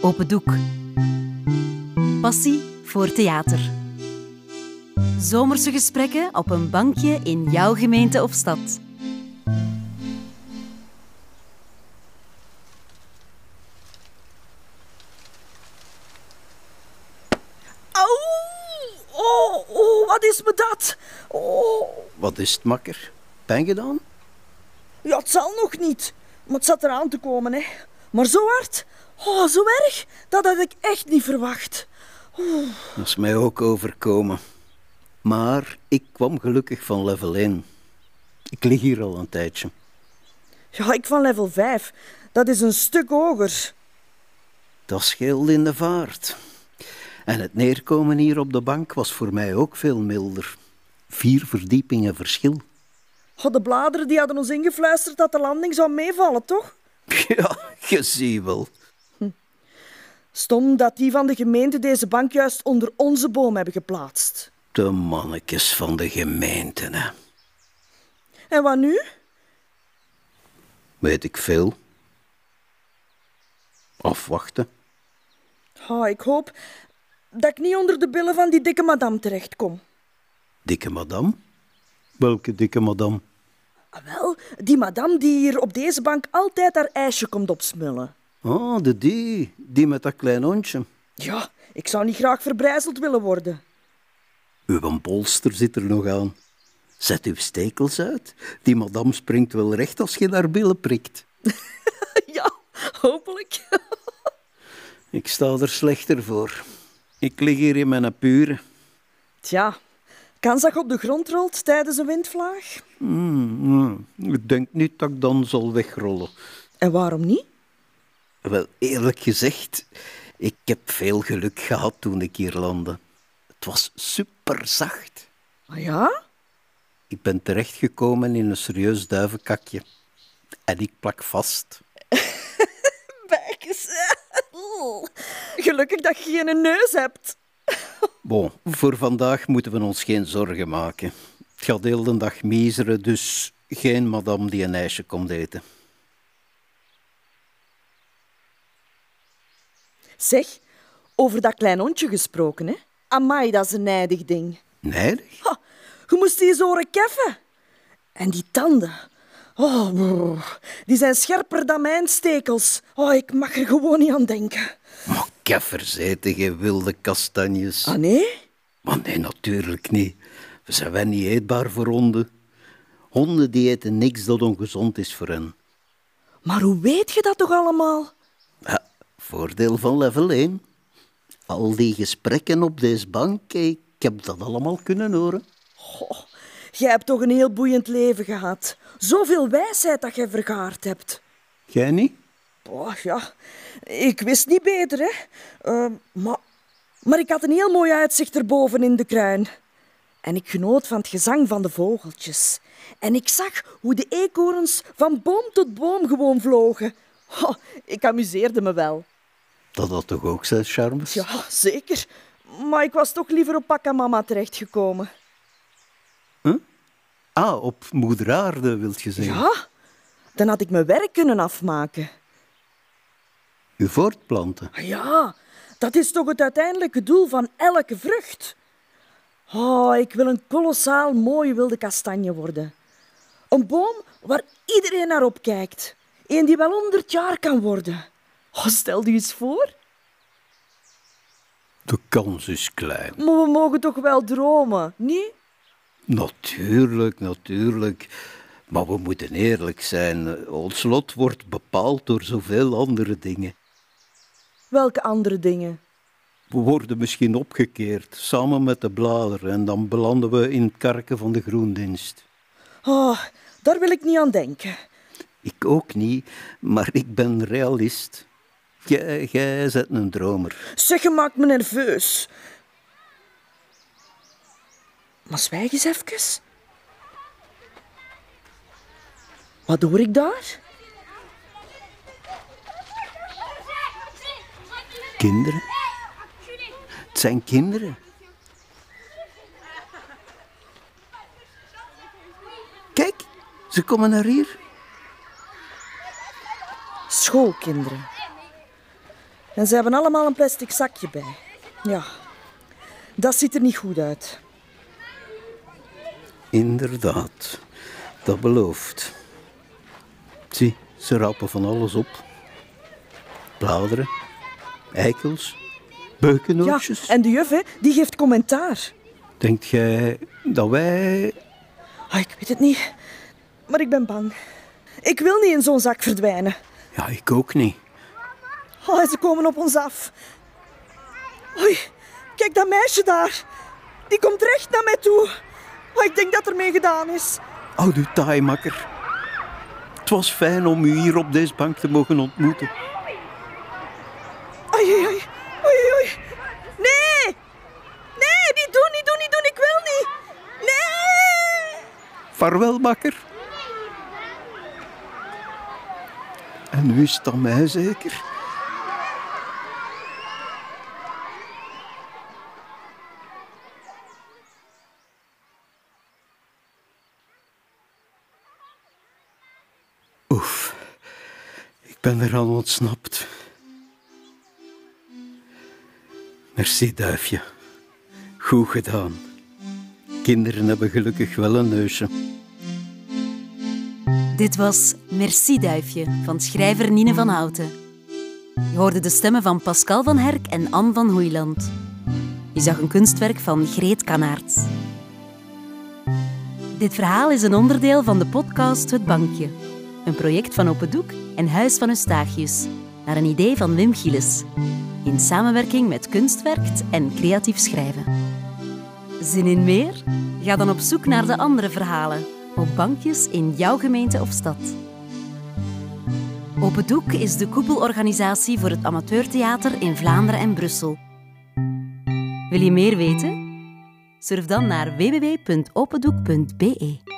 Open doek. Passie voor theater. Zomerse gesprekken op een bankje in jouw gemeente of stad. Auw! Oh, wat is me dat? Oh. Wat is het, makker? Pijn gedaan? Ja, het zal nog niet. Maar het zat eraan te komen, hè. Maar zo hard, zo erg, dat had ik echt niet verwacht. Dat is mij ook overkomen. Maar ik kwam gelukkig van level 1. Ik lig hier al een tijdje. Ja, ik van level 5. Dat is een stuk hoger. Dat scheelde in de vaart. En het neerkomen hier op de bank was voor mij ook veel milder. 4 verdiepingen verschil. De bladeren die hadden ons ingefluisterd dat de landing zou meevallen, toch? Ja, je ziet wel. Stom dat die van de gemeente deze bank juist onder onze boom hebben geplaatst. De mannetjes van de gemeente, hè. En wat nu? Weet ik veel. Afwachten. Ik hoop dat ik niet onder de billen van die dikke madame terechtkom. Dikke madame? Welke dikke madame? Wel, die madame die hier op deze bank altijd haar ijsje komt opsmullen. Oh, die met dat klein hondje. Ja, ik zou niet graag verbrijzeld willen worden. Uw polster zit er nog aan. Zet uw stekels uit. Die madame springt wel recht als je haar billen prikt. Ja, hopelijk. Ik sta er slechter voor. Ik lig hier in mijn pure. Tja, kans dat je op de grond rolt tijdens een windvlaag? Ik denk niet dat ik dan zal wegrollen. En waarom niet? Wel, eerlijk gezegd, ik heb veel geluk gehad toen ik hier landde. Het was superzacht. Ah ja? Ik ben terechtgekomen in een serieus duivenkakje. En ik plak vast. Bijkes. Gelukkig dat je geen neus hebt. Bon, voor vandaag moeten we ons geen zorgen maken. Het gaat heel de dag miseren, dus geen madame die een ijsje komt eten. Zeg, over dat klein hondje gesproken, hè? Amai, dat is een nijdig ding. Nijdig? Je moest die eens horen keffen. En die tanden. Die zijn scherper dan mijn stekels. Ik mag er gewoon niet aan denken. Maar keffers eten geen wilde kastanjes. Ah, nee? Maar nee, natuurlijk niet. We zijn wel niet eetbaar voor honden. Honden die eten niks dat ongezond is voor hen. Maar hoe weet je dat toch allemaal? Ja, voordeel van level 1. Al die gesprekken op deze bank, ik heb dat allemaal kunnen horen. Jij hebt toch een heel boeiend leven gehad. Zoveel wijsheid dat jij vergaard hebt. Jij niet? Ja, ik wist niet beter, hè. Maar ik had een heel mooi uitzicht erboven in de kruin. En ik genoot van het gezang van de vogeltjes. En ik zag hoe de eekhoorns van boom tot boom gewoon vlogen. Ik amuseerde me wel. Dat had toch ook zijn charmes? Ja, zeker. Maar ik was toch liever op papa en mama terechtgekomen. Op moeder aarde, wilt je zeggen? Ja, dan had ik mijn werk kunnen afmaken. U voortplanten? Ja, dat is toch het uiteindelijke doel van elke vrucht. Ik wil een kolossaal mooi wilde kastanje worden. Een boom waar iedereen naar opkijkt. Eén die wel 100 jaar kan worden. Stel je eens voor. De kans is klein. Maar we mogen toch wel dromen, niet? Natuurlijk. Maar we moeten eerlijk zijn. Ons lot wordt bepaald door zoveel andere dingen. Welke andere dingen? We worden misschien opgekeerd, samen met de bladeren, en dan belanden we in het karken van de groendienst. Daar wil ik niet aan denken. Ik ook niet, maar ik ben realist. Jij bent een dromer. Zeg, je maakt me nerveus. Maar zwijg eens even. Wat hoor ik daar? Kinderen? Het zijn kinderen. Kijk, ze komen naar hier. Schoolkinderen. En ze hebben allemaal een plastic zakje bij. Ja, dat ziet er niet goed uit. Inderdaad, dat belooft. Zie, ze rapen van alles op. Bladeren, eikels, beukennootjes. Ja, en de juf, hè, die geeft commentaar. Denkt jij dat wij... Ik weet het niet, maar ik ben bang. Ik wil niet in zo'n zak verdwijnen. Ja, ik ook niet. Ze komen op ons af. Oei, kijk dat meisje daar. Die komt recht naar mij toe. Ik denk dat er mee gedaan is. Houd u taai, makker. Het was fijn om u hier op deze bank te mogen ontmoeten. Oei. Nee! Nee, niet doen. Ik wil niet. Nee! Vaarwel, makker. En nu is het aan mij zeker. Oef, ik ben eraan ontsnapt. Merci, duifje. Goed gedaan. Kinderen hebben gelukkig wel een neusje. Dit was Merci Duifje van schrijver Nine van Houten. Je hoorde de stemmen van Pascal van Herk en Anne van Hoeiland. Je zag een kunstwerk van Greet Kanaerts. Dit verhaal is een onderdeel van de podcast Het Bankje. Een project van Open Doek en Huis van Eustachius, naar een idee van Wim Gilles. In samenwerking met Kunstwerkt en Creatief Schrijven. Zin in meer? Ga dan op zoek naar de andere verhalen op bankjes in jouw gemeente of stad. Open Doek is de koepelorganisatie voor het amateurtheater in Vlaanderen en Brussel. Wil je meer weten? Surf dan naar www.opendoek.be.